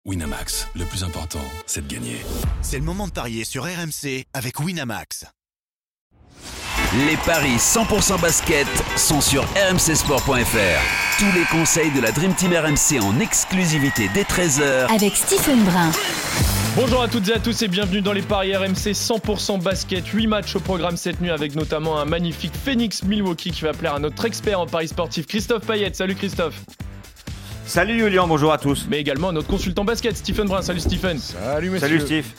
Winamax, le plus important, c'est de gagner. C'est le moment de parier sur RMC avec Winamax. Les paris 100% basket sont sur rmcsport.fr. Tous les conseils de la Dream Team RMC en exclusivité dès 13h avec Stephen Brun. Bonjour à toutes et à tous et bienvenue dans les paris RMC 100% basket. 8 matchs au programme cette nuit avec notamment un magnifique Phoenix Milwaukee qui va plaire à notre expert en paris sportif Christophe Payet. Salut Christophe. Salut Julien, bonjour à tous. Mais également à notre consultant basket Stephen Brun. Salut Stephen. Salut messieurs. Salut Steve.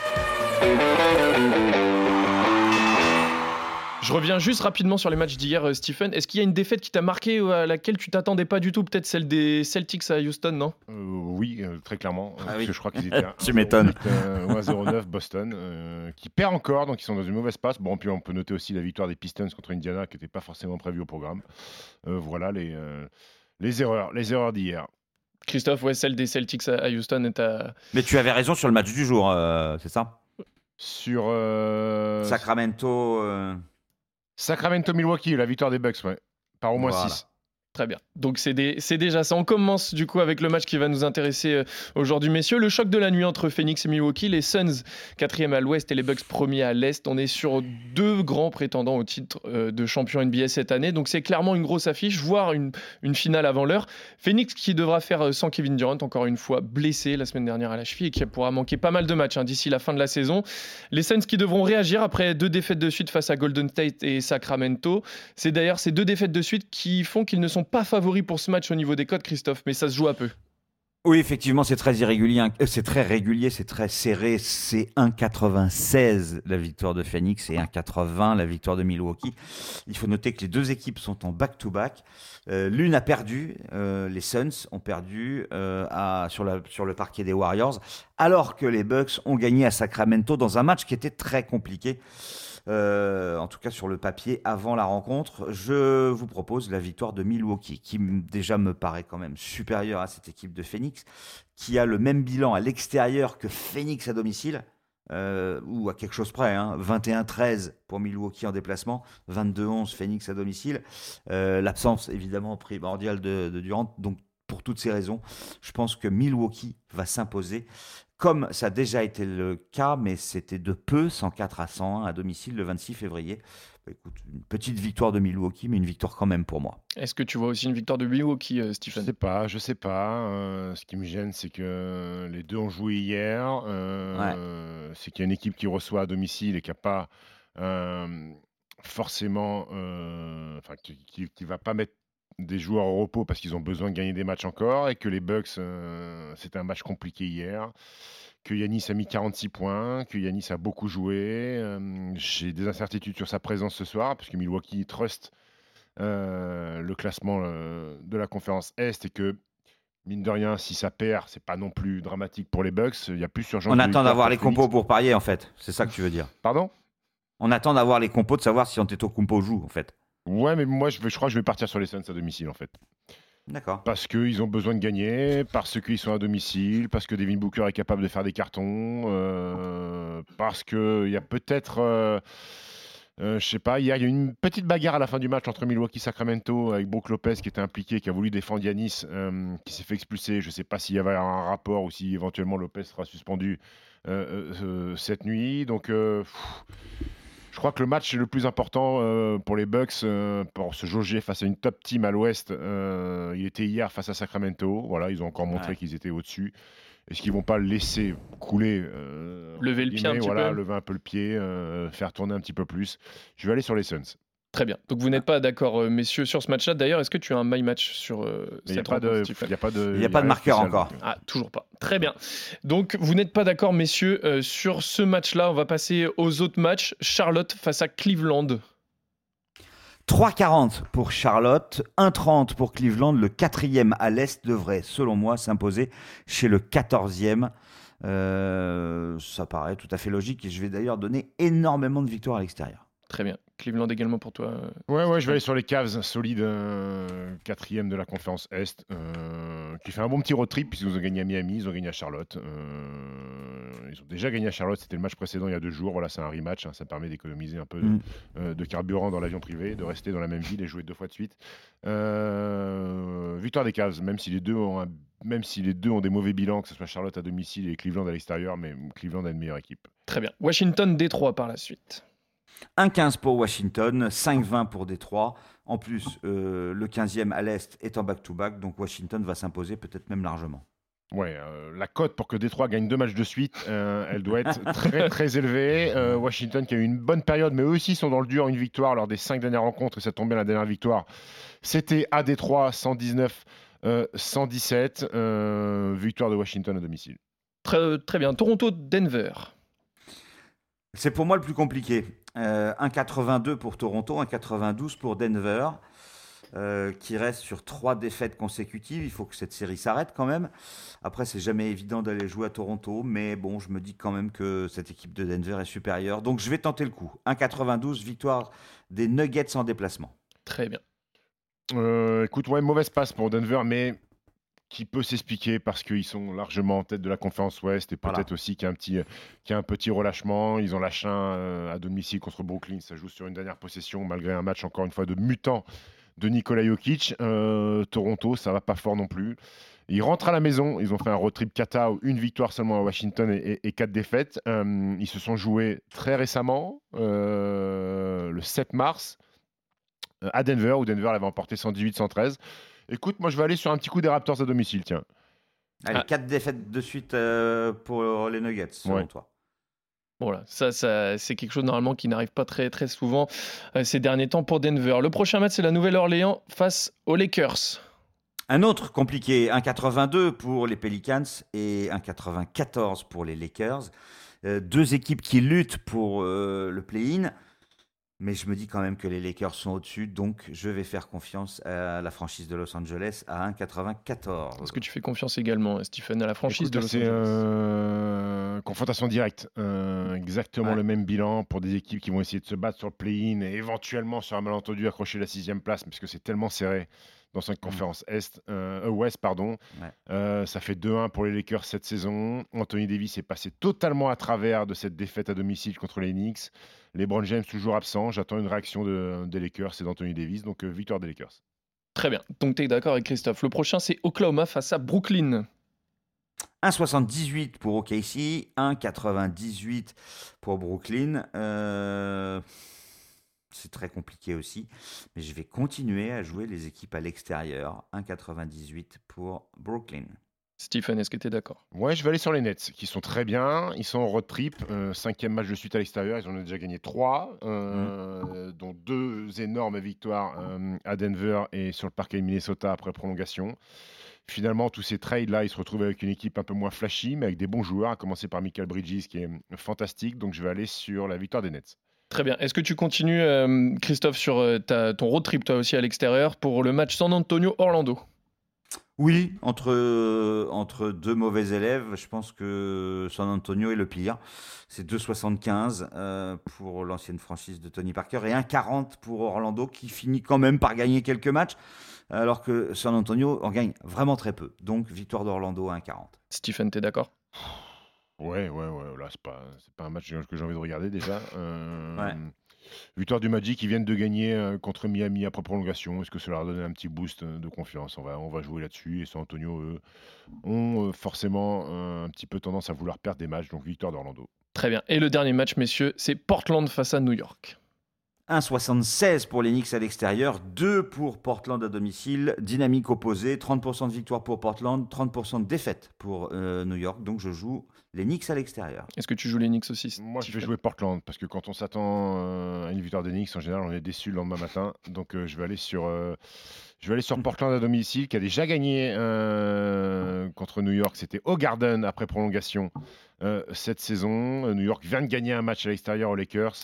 Je reviens juste rapidement sur les matchs d'hier, Stephen. Est-ce qu'il y a une défaite qui t'a marqué ou à laquelle tu t'attendais pas du tout? Peut-être celle des Celtics à Houston, non? Oui, très clairement. Ah parce oui. que je crois qu'ils étaient Tu m'étonnes. 0-9 Boston, qui perd encore, donc ils sont dans une mauvaise passe. Bon, puis on peut noter aussi la victoire des Pistons contre Indiana, qui n'était pas forcément prévue au programme. Voilà les erreurs d'hier. Christophe, ouais, celle des Celtics à Houston est à... Mais tu avais raison sur le match du jour, c'est ça? Sur Sacramento-Milwaukee, la victoire des Bucks, ouais, par au moins 6. Très bien. Donc c'est déjà ça. On commence du coup avec le match qui va nous intéresser aujourd'hui, messieurs. Le choc de la nuit entre Phoenix et Milwaukee. Les Suns, 4e à l'ouest, et les Bucks, 1er à l'est. On est sur deux grands prétendants au titre de champion NBA cette année. Donc c'est clairement une grosse affiche, voire une finale avant l'heure. Phoenix qui devra faire sans Kevin Durant, encore une fois blessé la semaine dernière à la cheville et qui pourra manquer pas mal de matchs d'ici la fin de la saison. Les Suns qui devront réagir après 2 défaites de suite face à Golden State et Sacramento. C'est d'ailleurs ces 2 défaites de suite qui font qu'ils ne sont pas favoris pour ce match au niveau des cotes, Christophe, mais ça se joue à peu. Oui, effectivement, c'est très irrégulier, c'est très régulier, c'est très serré. C'est 1,96 la victoire de Phoenix et 1,80 la victoire de Milwaukee. Il faut noter que les deux équipes sont en back-to-back. L'une a perdu, les Suns ont perdu sur le parquet des Warriors, alors que les Bucks ont gagné à Sacramento dans un match qui était très compliqué. En tout cas sur le papier avant la rencontre. Je vous propose la victoire de Milwaukee qui déjà me paraît quand même supérieure à cette équipe de Phoenix qui a le même bilan à l'extérieur que Phoenix à domicile ou à quelque chose près, 21-13 pour Milwaukee en déplacement, 22-11 Phoenix à domicile, l'absence évidemment primordiale de Durant. Donc pour toutes ces raisons, je pense que Milwaukee va s'imposer, comme ça a déjà été le cas, mais c'était de peu, 104-101 à domicile le 26 février. Écoute, une petite victoire de Milwaukee, mais une victoire quand même pour moi. Est-ce que tu vois aussi une victoire de Milwaukee, Stephen? Je sais pas. Ce qui me gêne, c'est que les deux ont joué hier. C'est qu'il y a une équipe qui reçoit à domicile et qui n'a pas forcément... qui va pas mettre des joueurs au repos parce qu'ils ont besoin de gagner des matchs encore, et que les Bucks, c'était un match compliqué hier, que Giannis a mis 46 points, que Giannis a beaucoup joué. J'ai des incertitudes sur sa présence ce soir parce que Milwaukee trust le classement de la conférence Est, et que mine de rien, si ça perd, c'est pas non plus dramatique pour les Bucks. Il y a plus urgence. On attend d'avoir les compos pour parier en fait, c'est ça que tu veux dire? Pardon? On attend d'avoir les compos, de savoir si Antetokounmpo joue en fait. Ouais, mais moi, je crois que je vais partir sur les Suns à domicile, en fait. D'accord. Parce qu'ils ont besoin de gagner, parce qu'ils sont à domicile, parce que Devin Booker est capable de faire des cartons, parce qu'il y a peut-être... je sais pas, hier, il y a eu une petite bagarre à la fin du match entre Milwaukee et Sacramento avec Brook Lopez qui était impliqué, qui a voulu défendre Giannis, qui s'est fait expulser. Je sais pas s'il y avait un rapport ou si éventuellement Lopez sera suspendu cette nuit. Donc... je crois que le match le plus important pour les Bucks, pour se jauger face à une top team à l'Ouest, il était hier face à Sacramento. Voilà, ils ont encore montré qu'ils étaient au-dessus. Est-ce qu'ils ne vont pas le laisser couler, lever le pied un petit peu, lever un peu le pied, faire tourner un petit peu plus? Je vais aller sur les Suns. Très bien. Donc vous n'êtes pas d'accord, messieurs, sur ce match-là. D'ailleurs, est-ce que tu as un my match sur cette rencontre? Il n'y a pas de marqueur spécial, encore. Ah, toujours pas. Très bien. Donc vous n'êtes pas d'accord, messieurs, sur ce match-là. On va passer aux autres matchs. Charlotte face à Cleveland. 3,40 pour Charlotte, 1,30 pour Cleveland. Le 4e à l'Est devrait, selon moi, s'imposer chez le 14e. Ça paraît tout à fait logique et je vais d'ailleurs donner énormément de victoires à l'extérieur. Très bien. Cleveland également pour toi. Ouais, je vais aller sur les Cavs, solide, 4e de la conférence Est, qui fait un bon petit road trip puisqu'ils ont gagné à Miami, ils ont gagné à Charlotte. Ils ont déjà gagné à Charlotte, c'était le match précédent il y a 2 jours. Voilà, c'est un rematch, ça permet d'économiser un peu de carburant dans l'avion privé, de rester dans la même ville et jouer 2 fois de suite. Victoire des Cavs, même si les deux ont un même si les deux ont des mauvais bilans, que ce soit Charlotte à domicile et Cleveland à l'extérieur, mais Cleveland a une meilleure équipe. Très bien. Washington, Détroit par la suite. 1,15 pour Washington, 5,20 pour Détroit. En plus, le 15e à l'Est est en back-to-back, donc Washington va s'imposer peut-être même largement. Ouais, la cote pour que Détroit gagne 2 matchs de suite, elle doit être très très élevée. Washington qui a eu une bonne période, mais eux aussi sont dans le dur, une victoire lors des 5 dernières rencontres, et ça tombe bien, la dernière victoire, c'était à Détroit, 119-117, victoire de Washington à domicile. Très bien. Toronto, Denver. C'est pour moi le plus compliqué. 1,82 pour Toronto, 1,92 pour Denver, qui reste sur 3 défaites consécutives. Il faut que cette série s'arrête quand même. Après, c'est jamais évident d'aller jouer à Toronto, mais bon, je me dis quand même que cette équipe de Denver est supérieure. Donc, je vais tenter le coup. 1,92, victoire des Nuggets en déplacement. Très bien. Écoute, ouais, mauvaise passe pour Denver, mais qui peut s'expliquer parce qu'ils sont largement en tête de la conférence Ouest et peut-être aussi qu'il y a un petit relâchement. Ils ont lâché un à domicile contre Brooklyn. Ça joue sur une dernière possession malgré un match encore une fois de mutant de Nikola Jokic. Toronto, ça va pas fort non plus. Ils rentrent à la maison. Ils ont fait un road trip kata, une victoire seulement à Washington et 4 défaites. Ils se sont joués très récemment, le 7 mars, à Denver, où Denver l'avait emporté 118-113. Écoute, moi je vais aller sur un petit coup des Raptors à domicile, tiens. Allez, 4 défaites de suite pour les Nuggets, selon toi. Voilà, ça, c'est quelque chose normalement qui n'arrive pas très, très souvent ces derniers temps pour Denver. Le prochain match, c'est la Nouvelle-Orléans face aux Lakers. Un autre compliqué, 1,82 pour les Pelicans et 1,94 pour les Lakers. Deux équipes qui luttent pour le play-in. Mais je me dis quand même que les Lakers sont au-dessus, donc je vais faire confiance à la franchise de Los Angeles à 1,94. Est-ce que tu fais confiance également, Stephen, à la franchise de Los C'est confrontation directe. Exactement le même bilan pour des équipes qui vont essayer de se battre sur le play-in et éventuellement sur un malentendu accrocher la 6e place, parce que c'est tellement serré dans cette conférence Ouest. Ça fait 2-1 pour les Lakers cette saison. Anthony Davis est passé totalement à travers de cette défaite à domicile contre les Knicks. LeBron James toujours absent. J'attends une réaction des Lakers et d'Anthony Davis. Donc, victoire des Lakers. Très bien. Donc, tu es d'accord avec Christophe. Le prochain, c'est Oklahoma face à Brooklyn. 1,78 pour OKC, 1,98 pour Brooklyn. C'est très compliqué aussi. Mais je vais continuer à jouer les équipes à l'extérieur. 1,98 pour Brooklyn. Stephen, est-ce que tu es d'accord ? Ouais, je vais aller sur les Nets, qui sont très bien. Ils sont en road trip, 5e match de suite à l'extérieur. Ils en ont déjà gagné 3, dont 2 énormes victoires à Denver et sur le parquet de Minnesota après prolongation. Finalement, tous ces trades-là, ils se retrouvent avec une équipe un peu moins flashy, mais avec des bons joueurs, à commencer par Michael Bridges, qui est fantastique. Donc, je vais aller sur la victoire des Nets. Très bien. Est-ce que tu continues, Christophe, sur ton road trip, toi aussi, à l'extérieur, pour le match San Antonio-Orlando ? Oui, entre deux mauvais élèves, je pense que San Antonio est le pire. C'est 2,75 pour l'ancienne franchise de Tony Parker et 1,40 pour Orlando, qui finit quand même par gagner quelques matchs, alors que San Antonio en gagne vraiment très peu. Donc, victoire d'Orlando à 1,40. Stephen, t'es d'accord ? Ouais. Là, c'est pas un match que j'ai envie de regarder déjà. Victoire du Magic, qui viennent de gagner contre Miami après prolongation. Est-ce que ça leur a donné un petit boost de confiance ? On va jouer là-dessus. Et San Antonio, eux, ont forcément un petit peu tendance à vouloir perdre des matchs. Donc, victoire d'Orlando. Très bien. Et le dernier match, messieurs, c'est Portland face à New York. 1,76 pour les Knicks à l'extérieur, 2 pour Portland à domicile, dynamique opposée, 30% de victoire pour Portland, 30% de défaite pour New York, donc je joue les Knicks à l'extérieur. Est-ce que tu joues les Knicks aussi ? Moi, je vais jouer Portland, parce que quand on s'attend à une victoire des Knicks, en général, on est déçu le lendemain matin, donc je vais aller sur Portland à domicile, qui a déjà gagné contre New York, c'était au Garden après prolongation cette saison. New York vient de gagner un match à l'extérieur aux Lakers.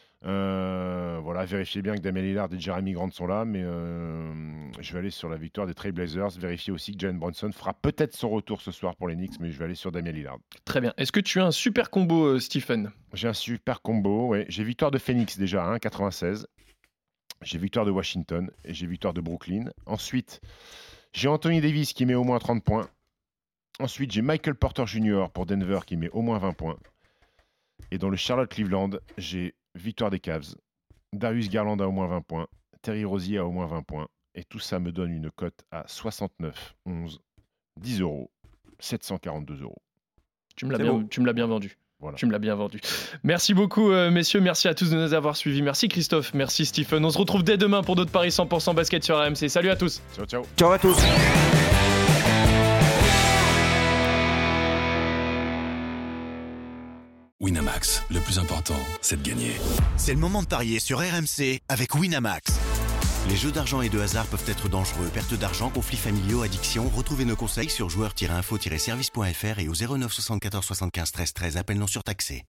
Vérifiez bien que Damian Lillard et Jeremy Grant sont là, mais je vais aller sur la victoire des Trail Blazers. Vérifiez aussi que Jalen Brunson fera peut-être son retour ce soir pour les Knicks, mais je vais aller sur Damian Lillard. Très bien. Est-ce que tu as un super combo, Stephen ? J'ai un super combo, ouais. J'ai victoire de Phoenix déjà à 1,96. J'ai victoire de Washington et j'ai victoire de Brooklyn. Ensuite, j'ai Anthony Davis qui met au moins 30 points. Ensuite, j'ai Michael Porter Jr. pour Denver qui met au moins 20 points. Et dans le Charlotte-Cleveland, j'ai victoire des Cavs. Darius Garland a au moins 20 points. Terry Rozier a au moins 20 points. Et tout ça me donne une cote à 69-11. 10 €, 742 €. Tu me l'as C'est bien, beau. tu me l'as bien vendu. Voilà. Tu me l'as bien vendu. Merci beaucoup, messieurs. Merci à tous de nous avoir suivis. Merci Christophe. Merci Stephen. On se retrouve dès demain pour d'autres paris 100% basket sur RMC. Salut à tous. Ciao, ciao. Ciao à tous. Winamax, le plus important, c'est de gagner. C'est le moment de parier sur RMC avec Winamax. Les jeux d'argent et de hasard peuvent être dangereux. Perte d'argent, conflits familiaux, addiction. Retrouvez nos conseils sur joueurs-info-service.fr et au 09 74 75 13 13. Appel non surtaxé.